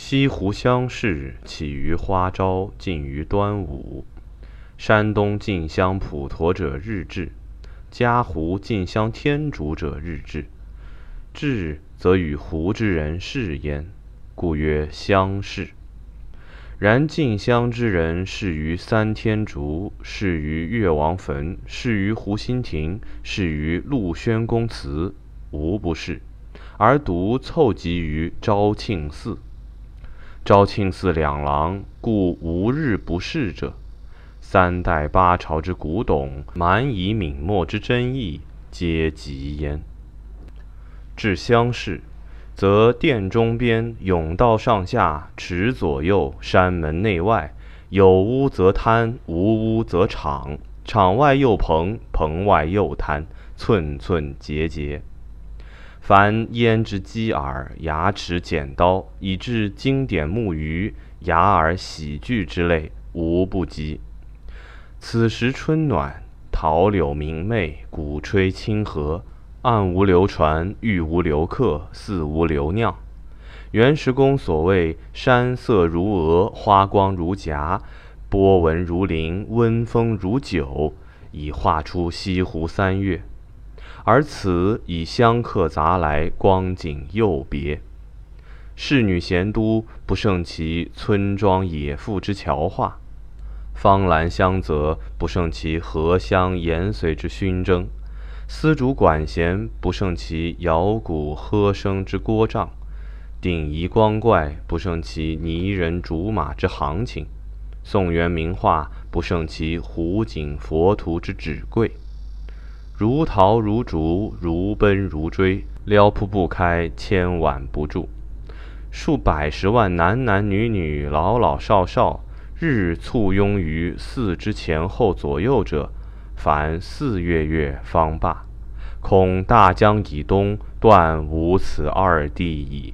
西湖乡试起于花朝，尽于端午。山东晋乡普陀者日至，嘉湖晋乡天竺者日至。至则与湖之人誓焉，故曰乡试。然晋乡之人誓于三天竺，誓于越王坟，誓于湖心亭，誓于陆宣公祠，无不是，而独凑集于昭庆寺。昭庆寺两廊，故无日不侍者。三代八朝之古董，蛮夷闽末之真意，皆集焉。至乡试，则殿中边、甬道上下、池左右、山门内外，有屋则摊，无屋则场，场外又棚，棚外又摊，寸寸节节。凡胭脂鸡耳、牙齿剪刀，以至经典木鱼、雅尔喜剧之类，无不及。此时春暖，桃柳明媚，鼓吹清和，岸无流船，玉无流客，寺无流酿。袁石公所谓山色如鹅，花光如夹，波纹如绫，温风如酒，已画出西湖三月。而此以香客杂来，光景又别。仕女闲都，不胜其村庄野妇之乔画；芳兰香泽，不胜其荷香盐水之熏蒸；丝竹管弦，不胜其摇鼓喝声之聒噪；鼎仪光怪，不胜其泥人竹马之行情；宋元名画，不胜其湖景佛图之纸贵。如桃如竹，如奔如追，撩扑不开，千挽不住。数百十万男男女女，老老少少，日簇拥于寺之前后左右者，凡4月方罢。恐大江以东，断无此二地矣。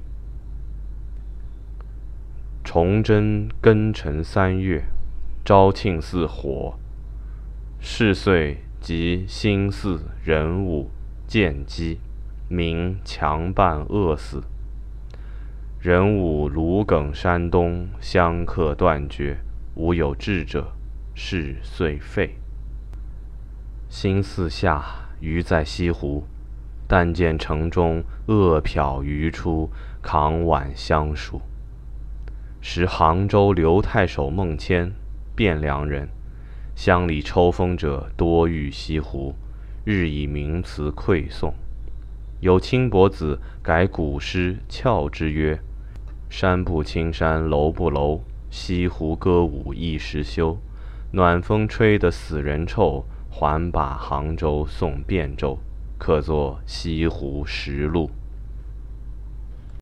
崇祯庚辰3月，昭庆寺火。是岁即兴寺壬午见机，民强半饿死。壬午芦梗山东，香客断绝，无有志者，事遂废。兴寺下，鱼在西湖，但见城中恶殍鱼出，扛碗相属。时杭州刘太守孟谦，汴梁人，乡里抽风者多遇西湖，日以名词馈颂。有轻薄子改古诗俏之曰：山不青山楼不楼，西湖歌舞一时休。暖风吹得死人臭，还把杭州送汴州。可作西湖实录。